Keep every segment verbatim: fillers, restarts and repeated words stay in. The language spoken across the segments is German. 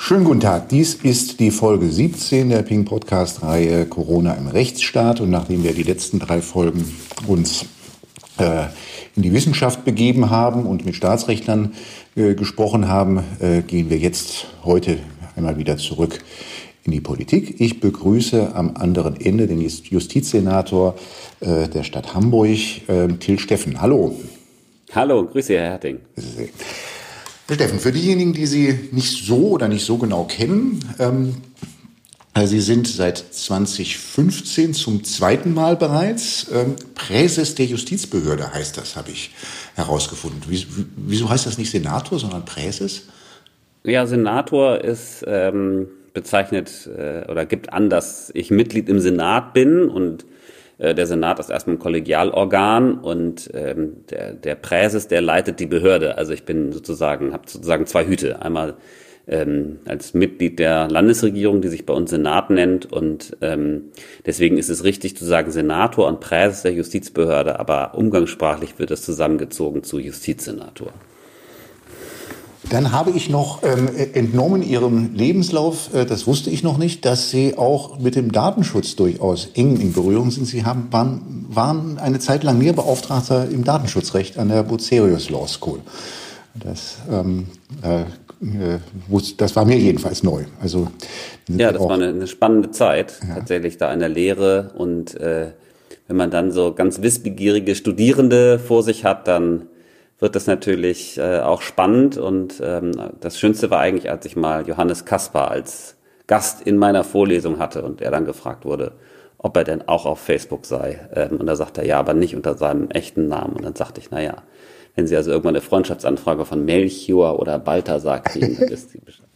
Schönen guten Tag, dies ist die Folge siebzehn der Ping-Podcast-Reihe Corona im Rechtsstaat. Und nachdem wir die letzten drei Folgen uns äh, in die Wissenschaft begeben haben und mit Staatsrechtlern äh, gesprochen haben, äh, gehen wir jetzt heute einmal wieder zurück in die Politik. Ich begrüße am anderen Ende den Justizsenator äh, der Stadt Hamburg, äh, Till Steffen. Hallo. Hallo, grüße Herr Herting. Herr Steffen, für diejenigen, die Sie nicht so oder nicht so genau kennen, ähm, Sie sind seit zwanzig fünfzehn zum zweiten Mal bereits ähm, Präses der Justizbehörde, heißt das, habe ich herausgefunden. Wie, wieso heißt das nicht Senator, sondern Präses? Ja, Senator ist ähm, bezeichnet äh, oder gibt an, dass ich Mitglied im Senat bin und äh, der Senat ist erstmal ein Kollegialorgan und ähm, der, der Präses, der leitet die Behörde. Also ich bin sozusagen, habe sozusagen zwei Hüte. Einmal ähm, als Mitglied der Landesregierung, die sich bei uns Senat nennt und ähm, deswegen ist es richtig zu sagen Senator und Präses der Justizbehörde, aber umgangssprachlich wird es zusammengezogen zu Justizsenator. Dann habe ich noch ähm, entnommen Ihrem Lebenslauf, äh, das wusste ich noch nicht, dass Sie auch mit dem Datenschutz durchaus eng in Berührung sind. Sie haben, waren, waren eine Zeit lang Lehrbeauftragter im Datenschutzrecht an der Bucerius Law School. Das, ähm, äh, das war mir jedenfalls neu. Also, ja, das war eine, eine spannende Zeit, ja. Tatsächlich da in der Lehre. Und äh, wenn man dann so ganz wissbegierige Studierende vor sich hat, dann wird das natürlich äh, auch spannend und ähm, das Schönste war eigentlich, als ich mal Johannes Kaspar als Gast in meiner Vorlesung hatte und er dann gefragt wurde, ob er denn auch auf Facebook sei. Ähm, und da sagte er, ja, aber nicht unter seinem echten Namen. Und dann sagte ich, naja, wenn Sie also irgendwann eine Freundschaftsanfrage von Melchior oder Balthasar kriegen, dann ist sie Bescheid.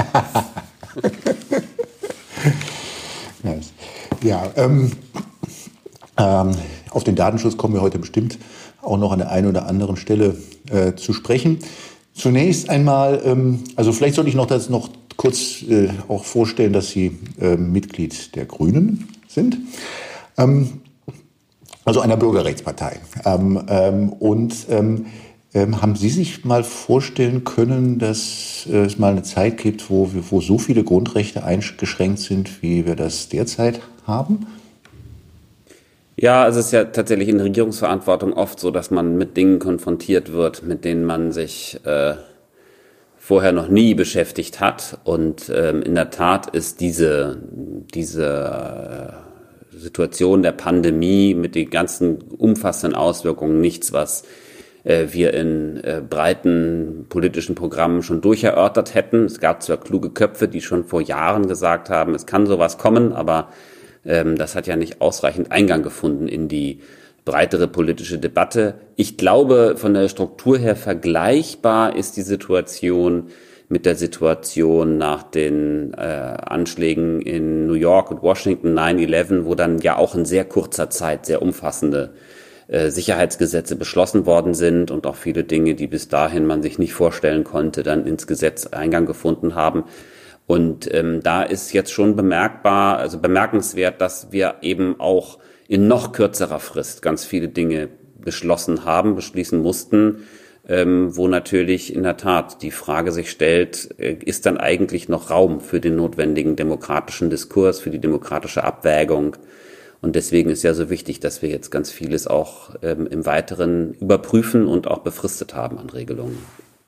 Ja, ähm, ähm, auf den Datenschutz kommen wir heute bestimmt auch noch an der einen oder anderen Stelle äh, zu sprechen. Zunächst einmal, ähm, also vielleicht sollte ich noch das noch kurz äh, auch vorstellen, dass Sie äh, Mitglied der Grünen sind, ähm, also einer Bürgerrechtspartei. Ähm, ähm, und ähm, ähm, haben Sie sich mal vorstellen können, dass äh, es mal eine Zeit gibt, wo, wir, wo so viele Grundrechte eingeschränkt sind, wie wir das derzeit haben? Ja, es ist ja tatsächlich in Regierungsverantwortung oft so, dass man mit Dingen konfrontiert wird, mit denen man sich äh, vorher noch nie beschäftigt hat. Und ähm, in der Tat ist diese, diese äh, Situation der Pandemie mit den ganzen umfassenden Auswirkungen nichts, was äh, wir in äh, breiten politischen Programmen schon durcherörtert hätten. Es gab zwar kluge Köpfe, die schon vor Jahren gesagt haben, es kann sowas kommen, aber das hat ja nicht ausreichend Eingang gefunden in die breitere politische Debatte. Ich glaube, von der Struktur her vergleichbar ist die Situation mit der Situation nach den äh, Anschlägen in New York und Washington, neun elf, wo dann ja auch in sehr kurzer Zeit sehr umfassende äh, Sicherheitsgesetze beschlossen worden sind und auch viele Dinge, die bis dahin man sich nicht vorstellen konnte, dann ins Gesetz Eingang gefunden haben. Und ähm, da ist jetzt schon bemerkbar, also bemerkenswert, dass wir eben auch in noch kürzerer Frist ganz viele Dinge beschlossen haben, beschließen mussten, ähm, wo natürlich in der Tat die Frage sich stellt, äh, ist dann eigentlich noch Raum für den notwendigen demokratischen Diskurs, für die demokratische Abwägung? Und deswegen ist ja so wichtig, dass wir jetzt ganz vieles auch ähm, im Weiteren überprüfen und auch befristet haben an Regelungen.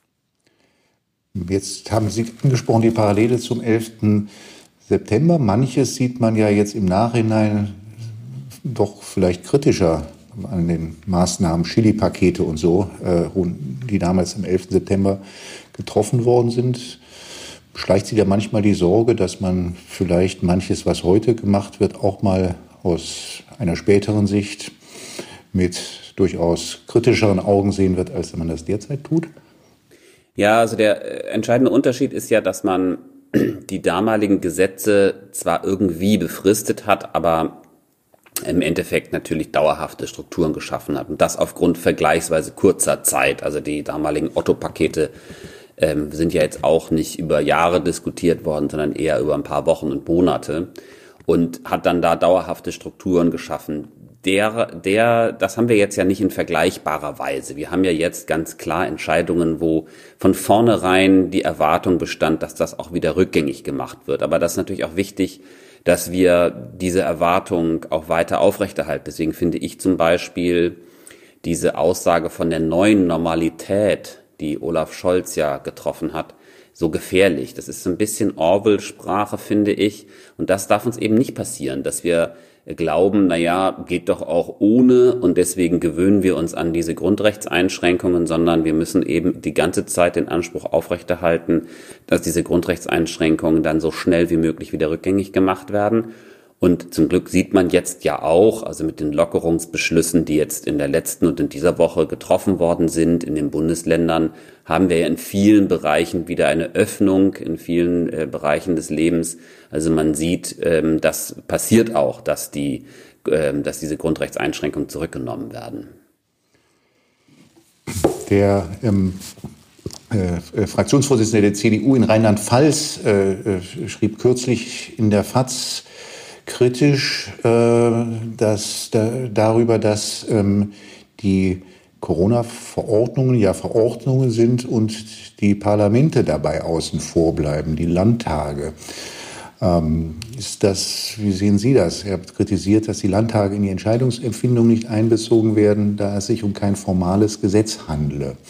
Jetzt haben Sie angesprochen die Parallele zum elften September. Manches sieht man ja jetzt im Nachhinein doch vielleicht kritischer an den Maßnahmen, Chili-Pakete und so, die damals am elften September getroffen worden sind. Schleicht sich ja manchmal die Sorge, dass man vielleicht manches, was heute gemacht wird, auch mal aus einer späteren Sicht mit durchaus kritischeren Augen sehen wird, als man das derzeit tut? Ja, also der entscheidende Unterschied ist ja, dass man die damaligen Gesetze zwar irgendwie befristet hat, aber im Endeffekt natürlich dauerhafte Strukturen geschaffen hat. Und das aufgrund vergleichsweise kurzer Zeit. Also die damaligen Otto-Pakete ähm, sind ja jetzt auch nicht über Jahre diskutiert worden, sondern eher über ein paar Wochen und Monate. Und hat dann da dauerhafte Strukturen geschaffen. der, der, das haben wir jetzt ja nicht in vergleichbarer Weise. Wir haben ja jetzt ganz klar Entscheidungen, wo von vornherein die Erwartung bestand, dass das auch wieder rückgängig gemacht wird. Aber das ist natürlich auch wichtig, dass wir diese Erwartung auch weiter aufrechterhalten. Deswegen finde ich zum Beispiel diese Aussage von der neuen Normalität, die Olaf Scholz ja getroffen hat, so gefährlich. Das ist so ein bisschen Orwell-Sprache, finde ich. Und das darf uns eben nicht passieren, dass wir glauben, na ja, geht doch auch ohne und deswegen gewöhnen wir uns an diese Grundrechtseinschränkungen, sondern wir müssen eben die ganze Zeit den Anspruch aufrechterhalten, dass diese Grundrechtseinschränkungen dann so schnell wie möglich wieder rückgängig gemacht werden. Und zum Glück sieht man jetzt ja auch, also mit den Lockerungsbeschlüssen, die jetzt in der letzten und in dieser Woche getroffen worden sind in den Bundesländern, haben wir ja in vielen Bereichen wieder eine Öffnung, in vielen äh, Bereichen des Lebens. Also man sieht, ähm, das passiert auch, dass die, ähm, dass diese Grundrechtseinschränkungen zurückgenommen werden. Der ähm, äh, Fraktionsvorsitzende der C D U in Rheinland-Pfalz äh, äh, schrieb kürzlich in der F A Z kritisch äh, dass, da, darüber, dass ähm, die Corona-Verordnungen ja Verordnungen sind und die Parlamente dabei außen vor bleiben, die Landtage. Ähm, ist das, wie sehen Sie das? Er hat kritisiert, dass die Landtage in die Entscheidungsempfindung nicht einbezogen werden, da es sich um kein formales Gesetz handle.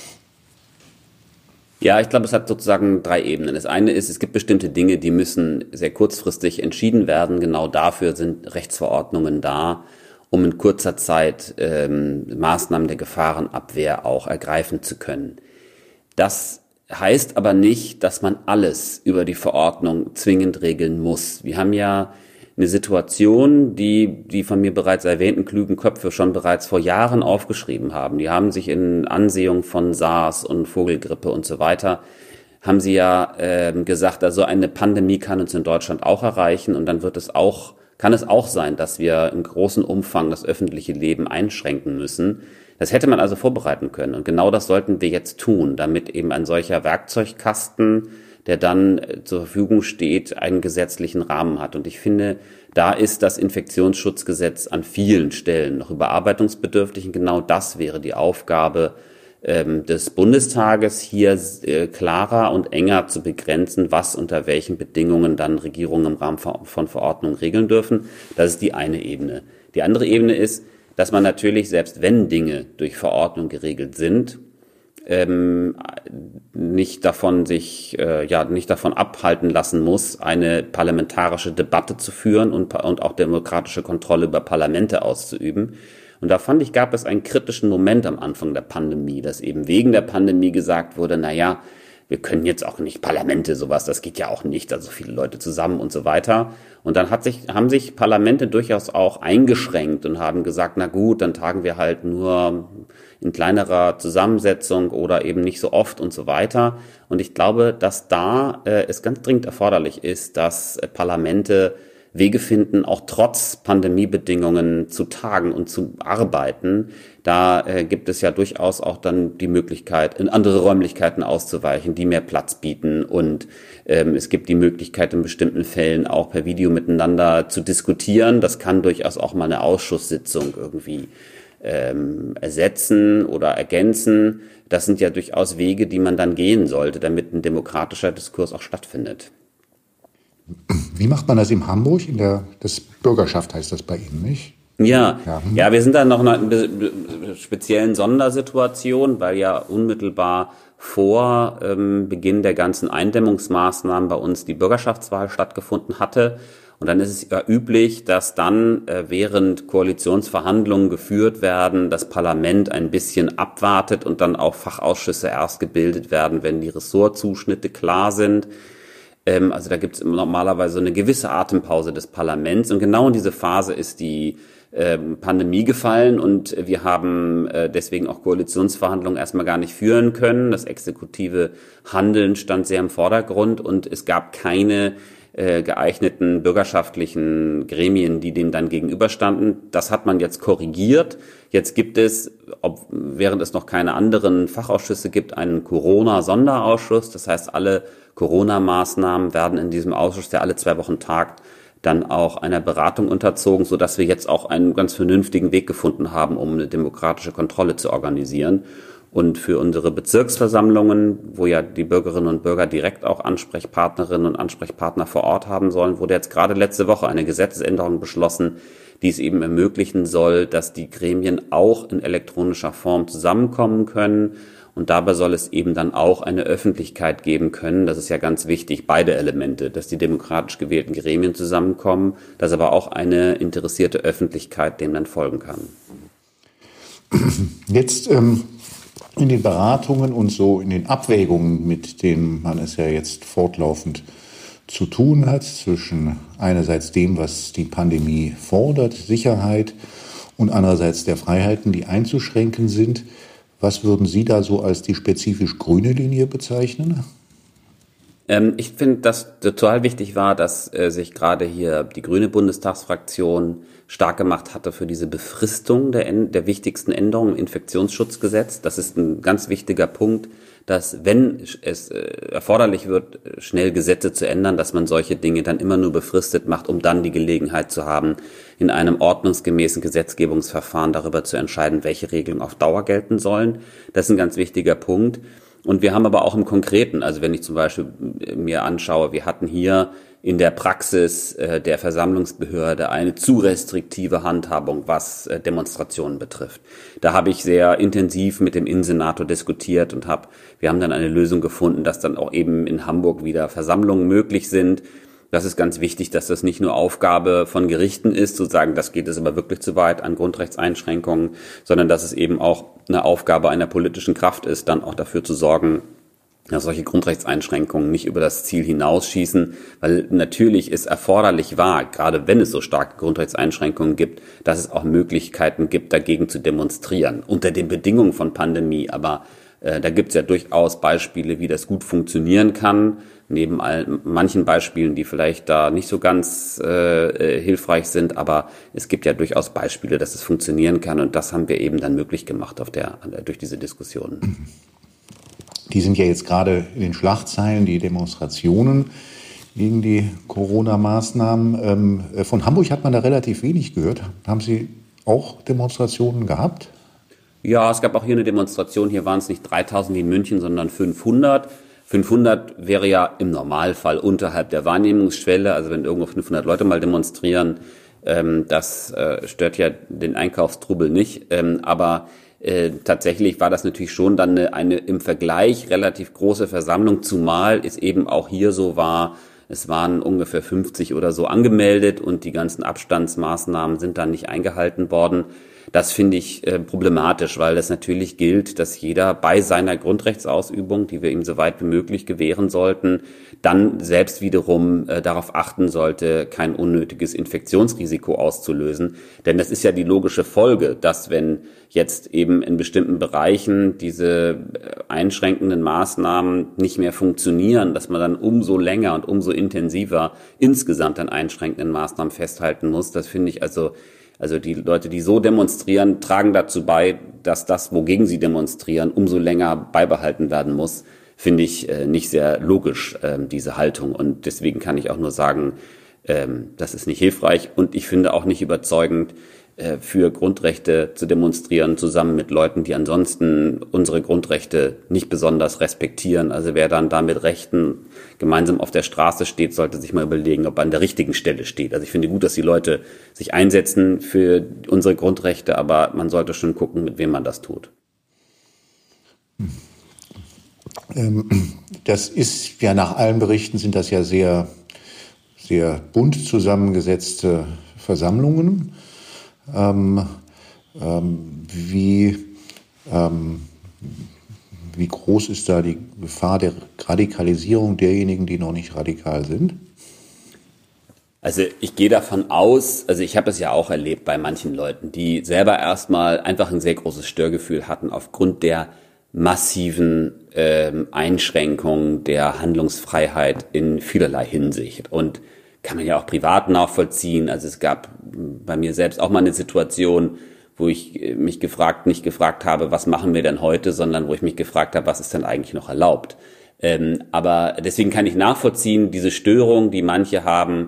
Ja, ich glaube, es hat sozusagen drei Ebenen. Das eine ist, es gibt bestimmte Dinge, die müssen sehr kurzfristig entschieden werden. Genau dafür sind Rechtsverordnungen da, um in kurzer Zeit ähm, Maßnahmen der Gefahrenabwehr auch ergreifen zu können. Das heißt aber nicht, dass man alles über die Verordnung zwingend regeln muss. Wir haben ja eine Situation, die die von mir bereits erwähnten klugen Köpfe schon bereits vor Jahren aufgeschrieben haben. Die haben sich in Ansehung von SARS und Vogelgrippe und so weiter, haben sie ja äh, gesagt, also eine Pandemie kann uns in Deutschland auch erreichen und dann wird es auch, kann es auch sein, dass wir im großen Umfang das öffentliche Leben einschränken müssen. Das hätte man also vorbereiten können und genau das sollten wir jetzt tun, damit eben ein solcher Werkzeugkasten, der dann zur Verfügung steht, einen gesetzlichen Rahmen hat. Und ich finde, da ist das Infektionsschutzgesetz an vielen Stellen noch überarbeitungsbedürftig. Und genau das wäre die Aufgabe ähm, des Bundestages, hier äh, klarer und enger zu begrenzen, was unter welchen Bedingungen dann Regierungen im Rahmen von Verordnungen regeln dürfen. Das ist die eine Ebene. Die andere Ebene ist, dass man natürlich, selbst wenn Dinge durch Verordnung geregelt sind, Ähm, nicht davon sich äh, ja nicht davon abhalten lassen muss, eine parlamentarische Debatte zu führen und, und auch demokratische Kontrolle über Parlamente auszuüben. Und da fand ich, gab es einen kritischen Moment am Anfang der Pandemie, dass eben wegen der Pandemie gesagt wurde, na ja, wir können jetzt auch nicht Parlamente, sowas, das geht ja auch nicht, also viele Leute zusammen und so weiter. Und dann hat sich, haben sich Parlamente durchaus auch eingeschränkt und haben gesagt, na gut, dann tagen wir halt nur in kleinerer Zusammensetzung oder eben nicht so oft und so weiter. Und ich glaube, dass da äh, es ganz dringend erforderlich ist, dass äh, Parlamente Wege finden, auch trotz Pandemiebedingungen zu tagen und zu arbeiten. Da äh, gibt es ja durchaus auch dann die Möglichkeit, in andere Räumlichkeiten auszuweichen, die mehr Platz bieten. Und ähm, es gibt die Möglichkeit, in bestimmten Fällen auch per Video miteinander zu diskutieren. Das kann durchaus auch mal eine Ausschusssitzung irgendwie ähm, ersetzen oder ergänzen. Das sind ja durchaus Wege, die man dann gehen sollte, damit ein demokratischer Diskurs auch stattfindet. Wie macht man das in Hamburg? In der das Bürgerschaft heißt das bei Ihnen, nicht? Ja, ja, ja, wir sind da noch in einer speziellen Sondersituation, weil ja unmittelbar vor ähm, Beginn der ganzen Eindämmungsmaßnahmen bei uns die Bürgerschaftswahl stattgefunden hatte. Und dann ist es ja üblich, dass dann, äh, während Koalitionsverhandlungen geführt werden, das Parlament ein bisschen abwartet und dann auch Fachausschüsse erst gebildet werden, wenn die Ressortzuschnitte klar sind. Ähm, also da gibt es normalerweise eine gewisse Atempause des Parlaments. Und genau in diese Phase ist die ähm, Pandemie gefallen und wir haben äh, deswegen auch Koalitionsverhandlungen erstmal gar nicht führen können. Das exekutive Handeln stand sehr im Vordergrund und es gab keine äh, geeigneten bürgerschaftlichen Gremien, die dem dann gegenüberstanden. Das hat man jetzt korrigiert. Jetzt gibt es, ob, während es noch keine anderen Fachausschüsse gibt, einen Corona-Sonderausschuss. Das heißt, alle Corona-Maßnahmen werden in diesem Ausschuss, der alle zwei Wochen tagt, dann auch einer Beratung unterzogen, sodass wir jetzt auch einen ganz vernünftigen Weg gefunden haben, um eine demokratische Kontrolle zu organisieren. Und für unsere Bezirksversammlungen, wo ja die Bürgerinnen und Bürger direkt auch Ansprechpartnerinnen und Ansprechpartner vor Ort haben sollen, wurde jetzt gerade letzte Woche eine Gesetzesänderung beschlossen, die es eben ermöglichen soll, dass die Gremien auch in elektronischer Form zusammenkommen können. Und dabei soll es eben dann auch eine Öffentlichkeit geben können. Das ist ja ganz wichtig, beide Elemente, dass die demokratisch gewählten Gremien zusammenkommen, dass aber auch eine interessierte Öffentlichkeit dem dann folgen kann. Jetzt ähm, in den Beratungen und so in den Abwägungen, mit denen man es ja jetzt fortlaufend zu tun hat, zwischen einerseits dem, was die Pandemie fordert, Sicherheit, und andererseits der Freiheiten, die einzuschränken sind. Was würden Sie da so als die spezifisch grüne Linie bezeichnen? Ähm, ich finde, dass total wichtig war, dass äh, sich gerade hier die grüne Bundestagsfraktion stark gemacht hatte für diese Befristung der, der wichtigsten Änderungen im Infektionsschutzgesetz. Das ist ein ganz wichtiger Punkt, dass, wenn es äh, erforderlich wird, schnell Gesetze zu ändern, dass man solche Dinge dann immer nur befristet macht, um dann die Gelegenheit zu haben, in einem ordnungsgemäßen Gesetzgebungsverfahren darüber zu entscheiden, welche Regeln auf Dauer gelten sollen. Das ist ein ganz wichtiger Punkt. Und wir haben aber auch im Konkreten, also wenn ich zum Beispiel mir anschaue, wir hatten hier in der Praxis äh, der Versammlungsbehörde eine zu restriktive Handhabung, was äh, Demonstrationen betrifft. Da habe ich sehr intensiv mit dem Innensenator diskutiert und habe, wir haben dann eine Lösung gefunden, dass dann auch eben in Hamburg wieder Versammlungen möglich sind. Das ist ganz wichtig, dass das nicht nur Aufgabe von Gerichten ist, zu sagen, das geht es aber wirklich zu weit an Grundrechtseinschränkungen, sondern dass es eben auch eine Aufgabe einer politischen Kraft ist, dann auch dafür zu sorgen, dass solche Grundrechtseinschränkungen nicht über das Ziel hinausschießen, weil natürlich es erforderlich war, gerade wenn es so starke Grundrechtseinschränkungen gibt, dass es auch Möglichkeiten gibt, dagegen zu demonstrieren, unter den Bedingungen von Pandemie. Aber äh, da gibt es ja durchaus Beispiele, wie das gut funktionieren kann, neben all, manchen Beispielen, die vielleicht da nicht so ganz äh, hilfreich sind, aber es gibt ja durchaus Beispiele, dass es funktionieren kann, und das haben wir eben dann möglich gemacht auf der, durch diese Diskussionen. Die sind ja jetzt gerade in den Schlagzeilen, die Demonstrationen gegen die Corona-Maßnahmen. Ähm, von Hamburg hat man da relativ wenig gehört. Haben Sie auch Demonstrationen gehabt? Ja, es gab auch hier eine Demonstration. Hier waren es nicht dreitausend wie in München, sondern fünfhundert. fünfhundert wäre ja im Normalfall unterhalb der Wahrnehmungsschwelle. Also wenn irgendwo fünfhundert Leute mal demonstrieren, ähm, das äh, stört ja den Einkaufstrubel nicht. Ähm, aber Äh, tatsächlich war das natürlich schon dann eine, eine im Vergleich relativ große Versammlung, zumal es eben auch hier so war, es waren ungefähr fünfzig oder so angemeldet und die ganzen Abstandsmaßnahmen sind dann nicht eingehalten worden. Das finde ich äh, problematisch, weil es natürlich gilt, dass jeder bei seiner Grundrechtsausübung, die wir ihm so weit wie möglich gewähren sollten, dann selbst wiederum äh, darauf achten sollte, kein unnötiges Infektionsrisiko auszulösen. Denn das ist ja die logische Folge, dass wenn jetzt eben in bestimmten Bereichen diese einschränkenden Maßnahmen nicht mehr funktionieren, dass man dann umso länger und umso intensiver insgesamt an einschränkenden Maßnahmen festhalten muss. Das finde ich also Also die Leute, die so demonstrieren, tragen dazu bei, dass das, wogegen sie demonstrieren, umso länger beibehalten werden muss, finde ich äh, nicht sehr logisch, äh, diese Haltung. Und deswegen kann ich auch nur sagen, äh, das ist nicht hilfreich und ich finde auch nicht überzeugend, äh, für Grundrechte zu demonstrieren, zusammen mit Leuten, die ansonsten unsere Grundrechte nicht besonders respektieren. Also wer dann da mit Rechten gemeinsam auf der Straße steht, sollte sich mal überlegen, ob er an der richtigen Stelle steht. Also ich finde gut, dass die Leute sich einsetzen für unsere Grundrechte, aber man sollte schon gucken, mit wem man das tut. Das ist ja, nach allen Berichten sind das ja sehr, sehr bunt zusammengesetzte Versammlungen. Ähm, ähm, wie, ähm, wie groß ist da die Gefahr der Radikalisierung derjenigen, die noch nicht radikal sind? Also ich gehe davon aus, also ich habe es ja auch erlebt bei manchen Leuten, die selber erstmal einfach ein sehr großes Störgefühl hatten aufgrund der massiven ähm, Einschränkungen der Handlungsfreiheit in vielerlei Hinsicht. Und kann man ja auch privat nachvollziehen. Also es gab bei mir selbst auch mal eine Situation, wo ich mich gefragt, nicht gefragt habe, was machen wir denn heute, sondern wo ich mich gefragt habe, was ist denn eigentlich noch erlaubt. Ähm, aber deswegen kann ich nachvollziehen, diese Störung, die manche haben,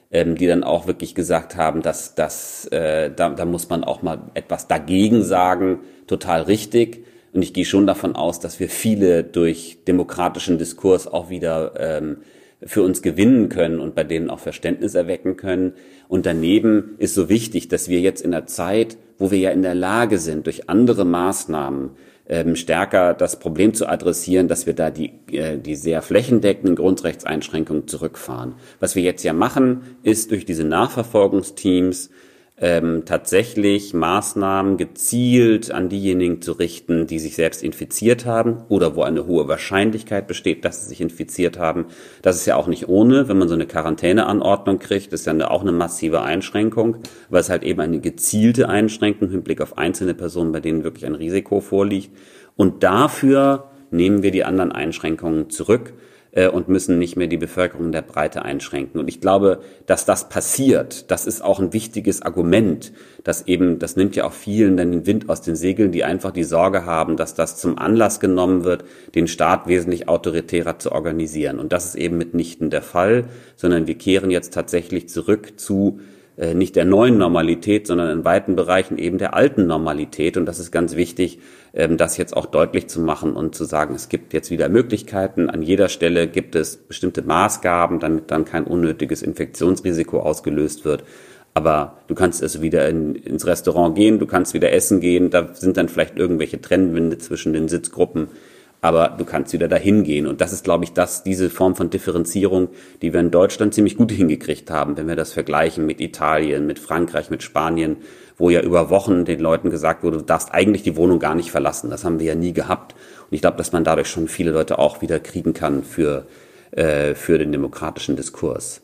ähm, die dann auch wirklich gesagt haben, dass, dass äh, da, da muss man auch mal etwas dagegen sagen, total richtig. Und ich gehe schon davon aus, dass wir viele durch demokratischen Diskurs auch wieder ähm, für uns gewinnen können und bei denen auch Verständnis erwecken können. Und daneben ist so wichtig, dass wir jetzt in der Zeit, wo wir ja in der Lage sind, durch andere Maßnahmen ähm, stärker das Problem zu adressieren, dass wir da die, äh, die sehr flächendeckenden Grundrechtseinschränkungen zurückfahren. Was wir jetzt ja machen, ist durch diese Nachverfolgungsteams Ähm, tatsächlich Maßnahmen gezielt an diejenigen zu richten, die sich selbst infiziert haben oder wo eine hohe Wahrscheinlichkeit besteht, dass sie sich infiziert haben. Das ist ja auch nicht ohne, wenn man so eine Quarantäneanordnung kriegt, ist ja eine, auch eine massive Einschränkung, weil es halt eben eine gezielte Einschränkung im Hinblick auf einzelne Personen, bei denen wirklich ein Risiko vorliegt. Und dafür nehmen wir die anderen Einschränkungen zurück und müssen nicht mehr die Bevölkerung in der Breite einschränken. Und ich glaube, dass das passiert, das ist auch ein wichtiges Argument, dass eben, das nimmt ja auch vielen dann den Wind aus den Segeln, die einfach die Sorge haben, dass das zum Anlass genommen wird, den Staat wesentlich autoritärer zu organisieren. Und das ist eben mitnichten der Fall, sondern wir kehren jetzt tatsächlich zurück zu äh, nicht der neuen Normalität, sondern in weiten Bereichen eben der alten Normalität. Und das ist ganz wichtig, das jetzt auch deutlich zu machen und zu sagen, es gibt jetzt wieder Möglichkeiten. An jeder Stelle gibt es bestimmte Maßgaben, damit dann kein unnötiges Infektionsrisiko ausgelöst wird. Aber du kannst also wieder in, ins Restaurant gehen, du kannst wieder essen gehen, da sind dann vielleicht irgendwelche Trennwände zwischen den Sitzgruppen, aber du kannst wieder dahin gehen. Und das ist, glaube ich, das, diese Form von Differenzierung, die wir in Deutschland ziemlich gut hingekriegt haben, wenn wir das vergleichen mit Italien, mit Frankreich, mit Spanien, wo ja über Wochen den Leuten gesagt wurde, du darfst eigentlich die Wohnung gar nicht verlassen. Das haben wir ja nie gehabt. Und ich glaube, dass man dadurch schon viele Leute auch wieder kriegen kann für, äh, für den demokratischen Diskurs.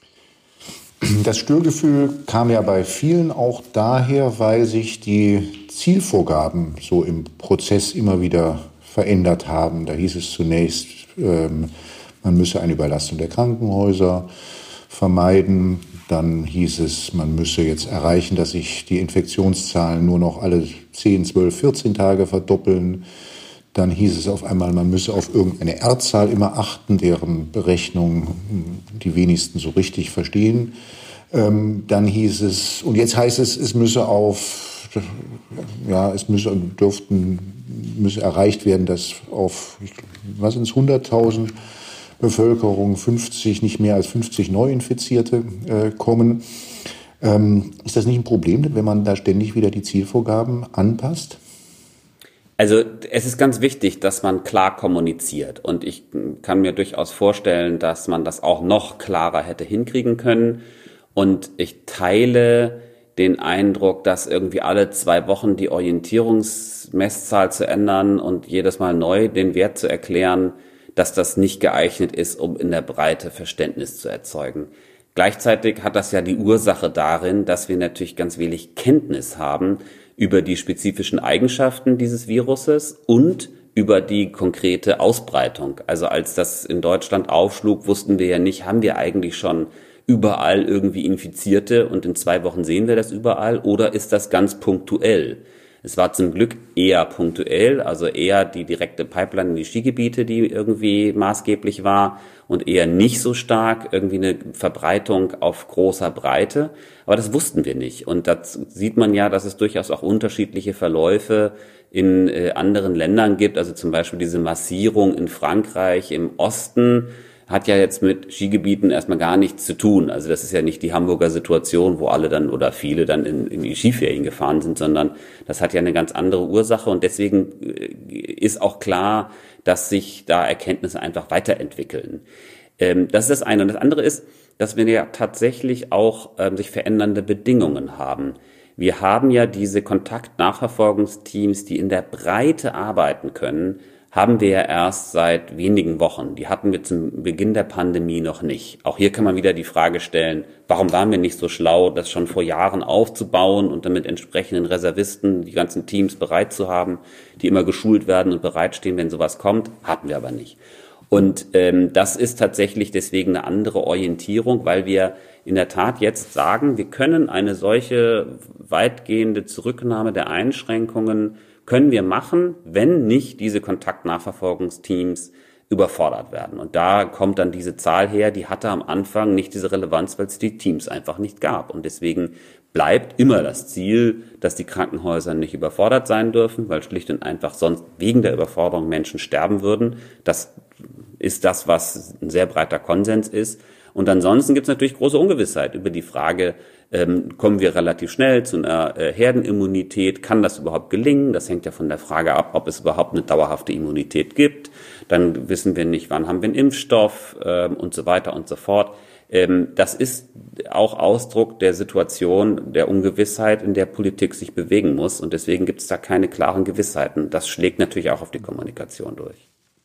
Das Störgefühl kam ja bei vielen auch daher, weil sich die Zielvorgaben so im Prozess immer wieder verändert haben. Da hieß es zunächst, ähm, man müsse eine Überlastung der Krankenhäuser vermeiden. Dann hieß es, man müsse jetzt erreichen, dass sich die Infektionszahlen nur noch alle zehn, zwölf, vierzehn Tage verdoppeln. Dann hieß es auf einmal, man müsse auf irgendeine R-Zahl immer achten, deren Berechnung die wenigsten so richtig verstehen. Ähm, dann hieß es, und jetzt heißt es, es müsse auf, ja, es müsse, dürften, müsse erreicht werden, dass auf, was sind es, hunderttausend Bevölkerung fünfzig, nicht mehr als fünfzig Neuinfizierte äh, kommen. Ähm, ist das nicht ein Problem, wenn man da ständig wieder die Zielvorgaben anpasst? Also es ist ganz wichtig, dass man klar kommuniziert. Und ich kann mir durchaus vorstellen, dass man das auch noch klarer hätte hinkriegen können. Und ich teile den Eindruck, dass irgendwie alle zwei Wochen die Orientierungsmesszahl zu ändern und jedes Mal neu den Wert zu erklären, dass das nicht geeignet ist, um in der Breite Verständnis zu erzeugen. Gleichzeitig hat das ja die Ursache darin, dass wir natürlich ganz wenig Kenntnis haben über die spezifischen Eigenschaften dieses Viruses und über die konkrete Ausbreitung. Also als das in Deutschland aufschlug, wussten wir ja nicht, haben wir eigentlich schon überall irgendwie Infizierte und in zwei Wochen sehen wir das überall oder ist das ganz punktuell? Es war zum Glück eher punktuell, also eher die direkte Pipeline in die Skigebiete, die irgendwie maßgeblich war und eher nicht so stark irgendwie eine Verbreitung auf großer Breite. Aber das wussten wir nicht. Und da sieht man ja, dass es durchaus auch unterschiedliche Verläufe in äh, anderen Ländern gibt. Also zum Beispiel diese Massierung in Frankreich im Osten hat ja jetzt mit Skigebieten erstmal gar nichts zu tun. Also das ist ja nicht die Hamburger Situation, wo alle dann oder viele dann in, in die Skiferien gefahren sind, sondern das hat ja eine ganz andere Ursache und deswegen ist auch klar, dass sich da Erkenntnisse einfach weiterentwickeln. Ähm, das ist das eine. Und das andere ist, dass wir ja tatsächlich auch ähm, sich verändernde Bedingungen haben. Wir haben ja diese Kontaktnachverfolgungsteams, die in der Breite arbeiten können, haben wir ja erst seit wenigen Wochen. Die hatten wir zum Beginn der Pandemie noch nicht. Auch hier kann man wieder die Frage stellen, warum waren wir nicht so schlau, das schon vor Jahren aufzubauen und dann mit entsprechenden Reservisten die ganzen Teams bereit zu haben, die immer geschult werden und bereitstehen, wenn sowas kommt? Hatten wir aber nicht. Und ähm, das ist tatsächlich deswegen eine andere Orientierung, weil wir in der Tat jetzt sagen, wir können eine solche weitgehende Zurücknahme der Einschränkungen können wir machen, wenn nicht diese Kontaktnachverfolgungsteams überfordert werden. Und da kommt dann diese Zahl her, die hatte am Anfang nicht diese Relevanz, weil es die Teams einfach nicht gab. Und deswegen bleibt immer das Ziel, dass die Krankenhäuser nicht überfordert sein dürfen, weil schlicht und einfach sonst wegen der Überforderung Menschen sterben würden. Das ist das, was ein sehr breiter Konsens ist. Und ansonsten gibt es natürlich große Ungewissheit über die Frage, ähm, kommen wir relativ schnell zu einer äh, Herdenimmunität? Kann das überhaupt gelingen? Das hängt ja von der Frage ab, ob es überhaupt eine dauerhafte Immunität gibt. Dann wissen wir nicht, wann haben wir einen Impfstoff ähm, und so weiter und so fort. Ähm, das ist auch Ausdruck der Situation, der Ungewissheit, in der Politik sich bewegen muss. Und deswegen gibt es da keine klaren Gewissheiten. Das schlägt natürlich auch auf die Kommunikation durch.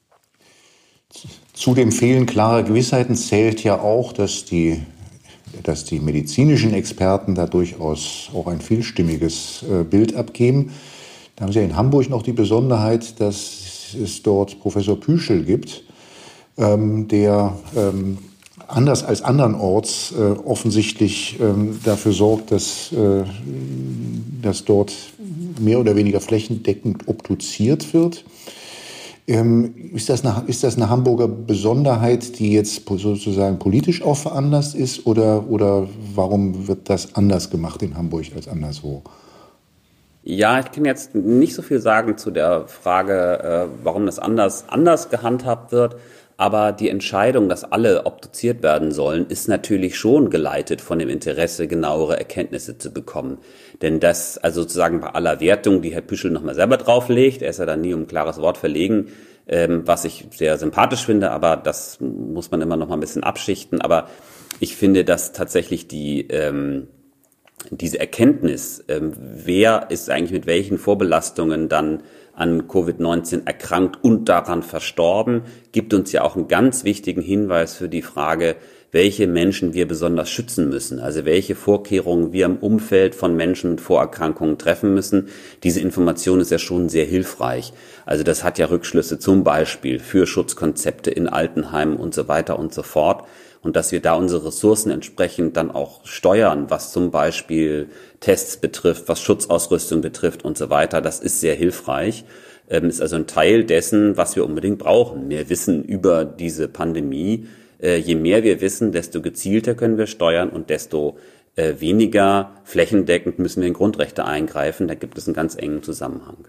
Zu dem Fehlen klarer Gewissheiten zählt ja auch, dass die, dass die medizinischen Experten da durchaus auch ein vielstimmiges äh, Bild abgeben. Da haben Sie ja in Hamburg noch die Besonderheit, dass es dort Professor Püschel gibt, ähm, der ähm, anders als andernorts äh, offensichtlich ähm, dafür sorgt, dass, äh, dass dort mehr oder weniger flächendeckend obduziert wird. Ähm, ist das eine, ist das eine Hamburger Besonderheit, die jetzt sozusagen politisch auch veranlasst ist, oder, oder warum wird das anders gemacht in Hamburg als anderswo? Ja, ich kann jetzt nicht so viel sagen zu der Frage, äh, warum das anders, anders gehandhabt wird. Aber die Entscheidung, dass alle obduziert werden sollen, ist natürlich schon geleitet von dem Interesse, genauere Erkenntnisse zu bekommen. Denn das, also sozusagen bei aller Wertung, die Herr Püschel nochmal selber drauflegt, er ist ja da nie um ein klares Wort verlegen, ähm, was ich sehr sympathisch finde, aber das muss man immer noch mal ein bisschen abschichten. Aber ich finde, dass tatsächlich die ähm, diese Erkenntnis, ähm, wer ist eigentlich mit welchen Vorbelastungen dann an Covid neunzehn erkrankt und daran verstorben, gibt uns ja auch einen ganz wichtigen Hinweis für die Frage, welche Menschen wir besonders schützen müssen, also welche Vorkehrungen wir im Umfeld von Menschen mit Vorerkrankungen treffen müssen. Diese Information ist ja schon sehr hilfreich. Also das hat ja Rückschlüsse zum Beispiel für Schutzkonzepte in Altenheimen und so weiter und so fort. Und dass wir da unsere Ressourcen entsprechend dann auch steuern, was zum Beispiel Tests betrifft, was Schutzausrüstung betrifft und so weiter, das ist sehr hilfreich. Ähm, ist also ein Teil dessen, was wir unbedingt brauchen. Mehr Wissen über diese Pandemie. Äh, je mehr wir wissen, desto gezielter können wir steuern und desto äh, weniger flächendeckend müssen wir in Grundrechte eingreifen. Da gibt es einen ganz engen Zusammenhang.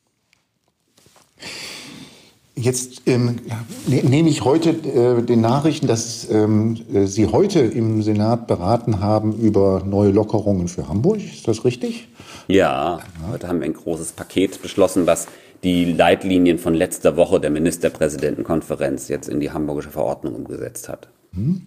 Jetzt ähm, ne, nehme ich heute äh, den Nachrichten, dass ähm, Sie heute im Senat beraten haben über neue Lockerungen für Hamburg. Ist das richtig? Ja, heute haben wir ein großes Paket beschlossen, was die Leitlinien von letzter Woche der Ministerpräsidentenkonferenz jetzt in die hamburgische Verordnung umgesetzt hat. Hm.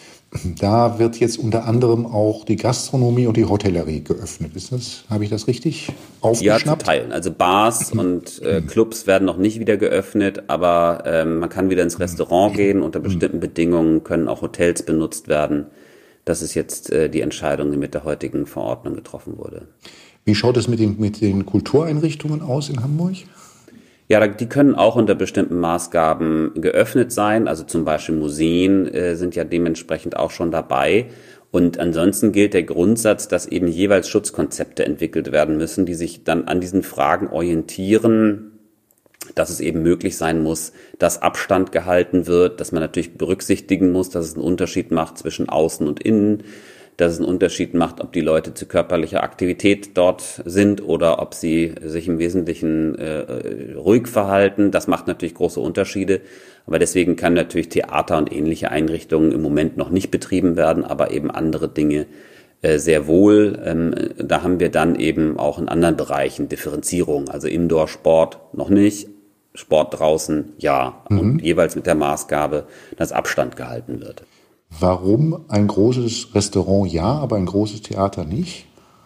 Da wird jetzt unter anderem auch die Gastronomie und die Hotellerie geöffnet. Ist das, habe ich das richtig aufgeschnappt? Ja, zu teilen. Also Bars und äh, Clubs werden noch nicht wieder geöffnet, aber ähm, man kann wieder ins Restaurant gehen. Unter bestimmten Bedingungen können auch Hotels benutzt werden. Das ist jetzt äh, die Entscheidung, die mit der heutigen Verordnung getroffen wurde. Wie schaut es mit den, mit den Kultureinrichtungen aus in Hamburg? Ja, die können auch unter bestimmten Maßgaben geöffnet sein. Also zum Beispiel Museen äh, sind ja dementsprechend auch schon dabei. Und ansonsten gilt der Grundsatz, dass eben jeweils Schutzkonzepte entwickelt werden müssen, die sich dann an diesen Fragen orientieren, dass es eben möglich sein muss, dass Abstand gehalten wird, dass man natürlich berücksichtigen muss, dass es einen Unterschied macht zwischen Außen und Innen, dass es einen Unterschied macht, ob die Leute zu körperlicher Aktivität dort sind oder ob sie sich im Wesentlichen äh, ruhig verhalten. Das macht natürlich große Unterschiede. Aber deswegen kann natürlich Theater und ähnliche Einrichtungen im Moment noch nicht betrieben werden, aber eben andere Dinge äh, sehr wohl. Ähm, da haben wir dann eben auch in anderen Bereichen Differenzierung. Also Indoor-Sport noch nicht, Sport draußen ja. Mhm. Und jeweils mit der Maßgabe, dass Abstand gehalten wird. Warum ein großes Restaurant ja, aber ein großes Theater nicht?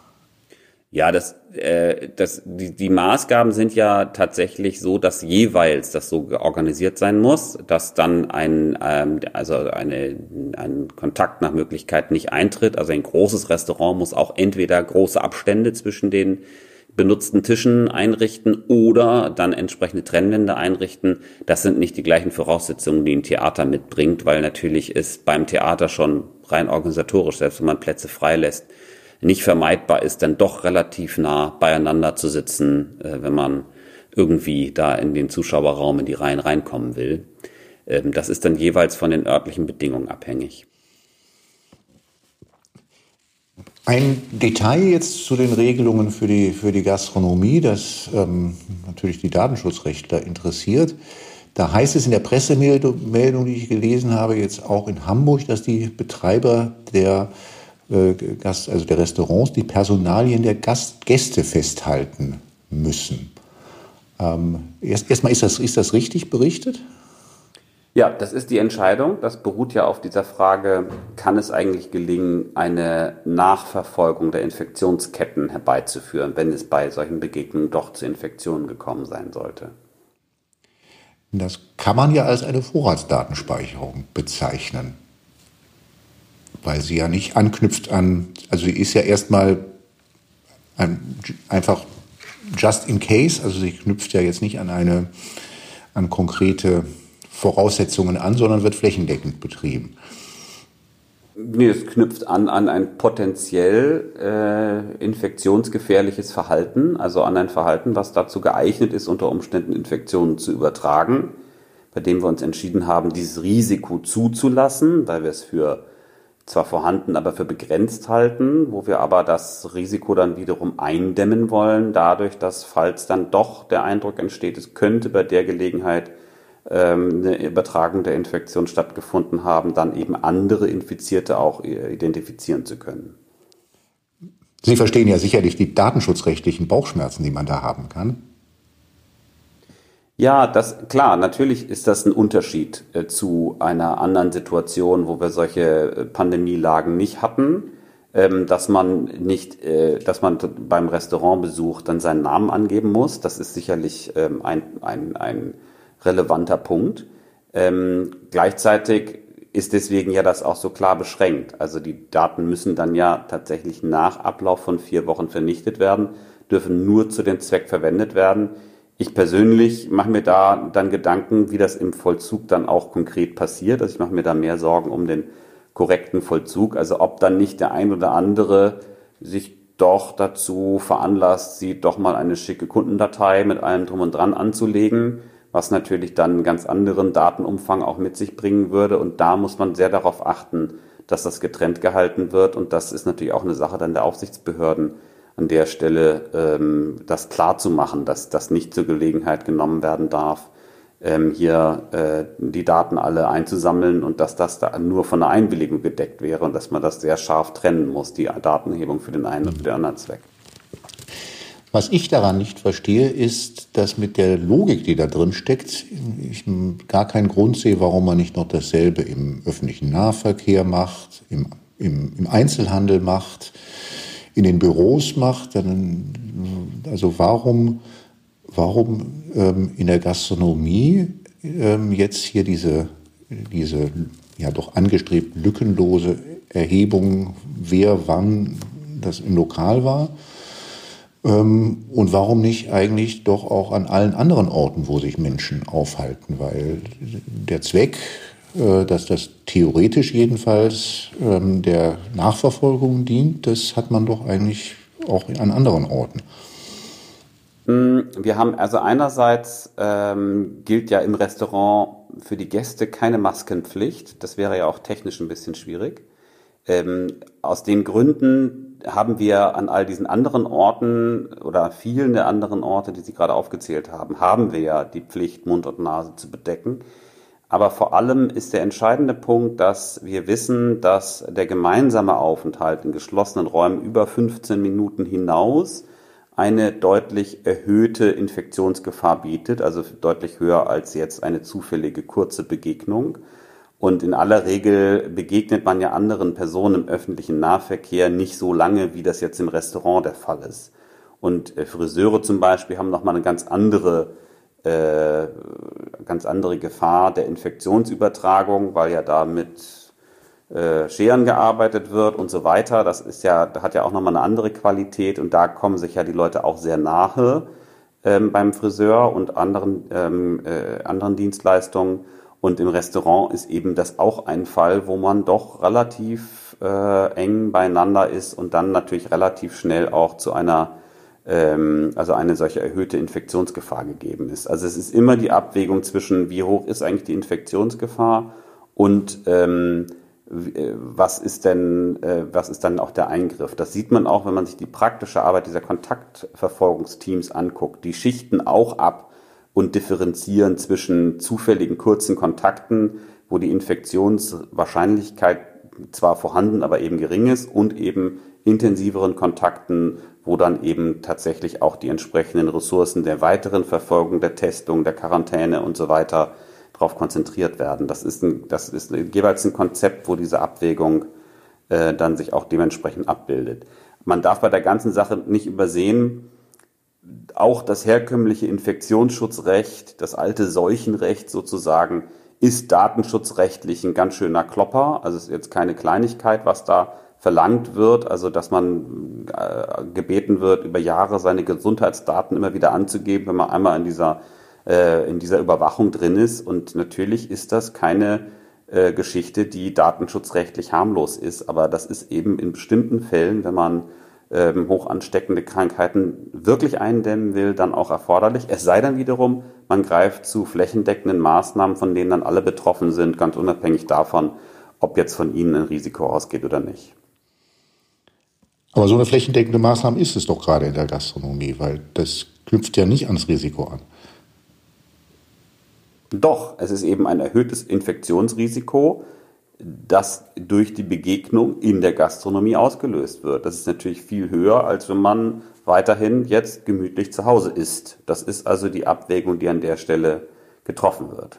Ja, das, äh, das, die, die Maßgaben sind ja tatsächlich so, dass jeweils das so organisiert sein muss, dass dann ein, ähm, also eine, ein Kontakt nach Möglichkeit nicht eintritt. Also ein großes Restaurant muss auch entweder große Abstände zwischen den benutzten Tischen einrichten oder dann entsprechende Trennwände einrichten. Das sind nicht die gleichen Voraussetzungen, die ein Theater mitbringt, weil natürlich ist beim Theater schon rein organisatorisch, selbst wenn man Plätze freilässt, nicht vermeidbar ist, dann doch relativ nah beieinander zu sitzen, wenn man irgendwie da in den Zuschauerraum, in die Reihen reinkommen will. Ähm, das ist dann jeweils von den örtlichen Bedingungen abhängig. Ein Detail jetzt zu den Regelungen für die, für die Gastronomie, das ähm, natürlich die Datenschutzrechtler interessiert. Da heißt es in der Pressemeldung, die ich gelesen habe, jetzt auch in Hamburg, dass die Betreiber der, äh, Gast, also der Restaurants die Personalien der Gast, Gäste festhalten müssen. Ähm, erst, erstmal, ist das, ist das richtig berichtet? Ja, das ist die Entscheidung. Das beruht ja auf dieser Frage, kann es eigentlich gelingen, eine Nachverfolgung der Infektionsketten herbeizuführen, wenn es bei solchen Begegnungen doch zu Infektionen gekommen sein sollte? Das kann man ja als eine Vorratsdatenspeicherung bezeichnen, weil sie ja nicht anknüpft an, also sie ist ja erstmal ein, einfach just in case, also sie knüpft ja jetzt nicht an eine, an konkrete Voraussetzungen an, sondern wird flächendeckend betrieben. Nee, es knüpft an an ein potenziell äh, infektionsgefährliches Verhalten, also an ein Verhalten, was dazu geeignet ist, unter Umständen Infektionen zu übertragen, bei dem wir uns entschieden haben, dieses Risiko zuzulassen, weil wir es für zwar vorhanden, aber für begrenzt halten, wo wir aber das Risiko dann wiederum eindämmen wollen, dadurch, dass, falls dann doch der Eindruck entsteht, es könnte bei der Gelegenheit eine Übertragung der Infektion stattgefunden haben, dann eben andere Infizierte auch identifizieren zu können. Sie verstehen ja sicherlich die datenschutzrechtlichen Bauchschmerzen, die man da haben kann. Ja, das klar, natürlich ist das ein Unterschied äh, zu einer anderen Situation, wo wir solche Pandemielagen nicht hatten, ähm, dass man nicht, äh, dass man beim Restaurantbesuch dann seinen Namen angeben muss. Das ist sicherlich ähm, ein, ein, ein relevanter Punkt. Ähm, gleichzeitig ist deswegen ja das auch so klar beschränkt. Also die Daten müssen dann ja tatsächlich nach Ablauf von vier Wochen vernichtet werden, dürfen nur zu dem Zweck verwendet werden. Ich persönlich mache mir da dann Gedanken, wie das im Vollzug dann auch konkret passiert. Also ich mache mir da mehr Sorgen um den korrekten Vollzug. Also ob dann nicht der ein oder andere sich doch dazu veranlasst, sie doch mal eine schicke Kundendatei mit allem drum und dran anzulegen, was natürlich dann einen ganz anderen Datenumfang auch mit sich bringen würde. Und da muss man sehr darauf achten, dass das getrennt gehalten wird. Und das ist natürlich auch eine Sache dann der Aufsichtsbehörden, an der Stelle ähm, das klar zu machen, dass das nicht zur Gelegenheit genommen werden darf, ähm, hier äh, die Daten alle einzusammeln und dass das da nur von einer Einwilligung gedeckt wäre und dass man das sehr scharf trennen muss, die Datenerhebung für den einen und für den anderen Zweck. Was ich daran nicht verstehe, ist, dass mit der Logik, die da drin steckt, ich gar keinen Grund sehe, warum man nicht noch dasselbe im öffentlichen Nahverkehr macht, im, im, im Einzelhandel macht, in den Büros macht. Dann, also warum, warum ähm, in der Gastronomie ähm, jetzt hier diese, diese ja doch angestrebt lückenlose Erhebung, wer wann das im Lokal war? Und warum nicht eigentlich doch auch an allen anderen Orten, wo sich Menschen aufhalten? Weil der Zweck, dass das theoretisch jedenfalls der Nachverfolgung dient, das hat man doch eigentlich auch an anderen Orten. Wir haben also einerseits ähm, gilt ja im Restaurant für die Gäste keine Maskenpflicht. Das wäre ja auch technisch ein bisschen schwierig. Ähm, aus den Gründen haben wir an all diesen anderen Orten oder vielen der anderen Orte, die Sie gerade aufgezählt haben, haben wir ja die Pflicht, Mund und Nase zu bedecken. Aber vor allem ist der entscheidende Punkt, dass wir wissen, dass der gemeinsame Aufenthalt in geschlossenen Räumen über fünfzehn Minuten hinaus eine deutlich erhöhte Infektionsgefahr bietet, also deutlich höher als jetzt eine zufällige kurze Begegnung. Und in aller Regel begegnet man ja anderen Personen im öffentlichen Nahverkehr nicht so lange, wie das jetzt im Restaurant der Fall ist. Und Friseure zum Beispiel haben nochmal eine ganz andere, äh, ganz andere Gefahr der Infektionsübertragung, weil ja da mit äh, Scheren gearbeitet wird und so weiter. Das ist ja, hat ja auch nochmal eine andere Qualität und da kommen sich ja die Leute auch sehr nahe ähm, beim Friseur und anderen, ähm, äh, anderen Dienstleistungen. Und im Restaurant ist eben das auch ein Fall, wo man doch relativ äh, eng beieinander ist und dann natürlich relativ schnell auch zu einer ähm, also eine solche erhöhte Infektionsgefahr gegeben ist. Also es ist immer die Abwägung zwischen, wie hoch ist eigentlich die Infektionsgefahr und ähm, was ist denn, äh, was ist dann auch der Eingriff? Das sieht man auch, wenn man sich die praktische Arbeit dieser Kontaktverfolgungsteams anguckt. Die schichten auch ab und differenzieren zwischen zufälligen kurzen Kontakten, wo die Infektionswahrscheinlichkeit zwar vorhanden, aber eben gering ist, und eben intensiveren Kontakten, wo dann eben tatsächlich auch die entsprechenden Ressourcen der weiteren Verfolgung, der Testung, der Quarantäne und so weiter darauf konzentriert werden. Das ist, ein, das ist jeweils ein Konzept, wo diese Abwägung äh, dann sich auch dementsprechend abbildet. Man darf bei der ganzen Sache nicht übersehen, auch das herkömmliche Infektionsschutzrecht, das alte Seuchenrecht sozusagen, ist datenschutzrechtlich ein ganz schöner Klopper. Also es ist jetzt keine Kleinigkeit, was da verlangt wird, also dass man äh, gebeten wird, über Jahre seine Gesundheitsdaten immer wieder anzugeben, wenn man einmal in dieser in dieser Überwachung drin ist. Und natürlich ist das keine äh, Geschichte, die datenschutzrechtlich harmlos ist, aber das ist eben in bestimmten Fällen, wenn man ähm, hoch ansteckende Krankheiten wirklich eindämmen will, dann auch erforderlich. Es sei dann wiederum, man greift zu flächendeckenden Maßnahmen, von denen dann alle betroffen sind, ganz unabhängig davon, ob jetzt von ihnen ein Risiko ausgeht oder nicht. Aber so eine flächendeckende Maßnahme ist es doch gerade in der Gastronomie, weil das knüpft ja nicht ans Risiko an. Doch, es ist eben ein erhöhtes Infektionsrisiko, das durch die Begegnung in der Gastronomie ausgelöst wird. Das ist natürlich viel höher, als wenn man weiterhin jetzt gemütlich zu Hause isst. Das ist also die Abwägung, die an der Stelle getroffen wird.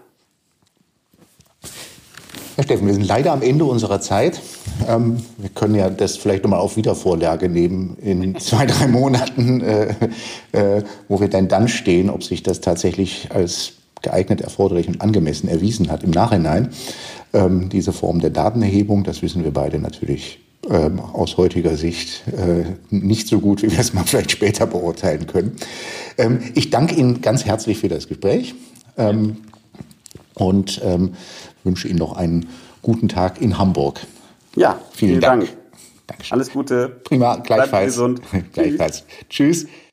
Herr Steffen, wir sind leider am Ende unserer Zeit. Ähm, wir können ja das vielleicht nochmal auf Wiedervorlage nehmen in zwei, drei Monaten, äh, äh, wo wir dann dann stehen, ob sich das tatsächlich als geeignet, erforderlich und angemessen erwiesen hat im Nachhinein. Ähm, diese Form der Datenerhebung, das wissen wir beide natürlich ähm, aus heutiger Sicht äh, nicht so gut, wie wir es mal vielleicht später beurteilen können. Ähm, ich danke Ihnen ganz herzlich für das Gespräch ähm, und ähm, wünsche Ihnen noch einen guten Tag in Hamburg. Ja, vielen, vielen Dank. Dank. Dankeschön. Alles Gute. Prima, gleichfalls. Bleibt gesund. Gleichfalls. Tschüss.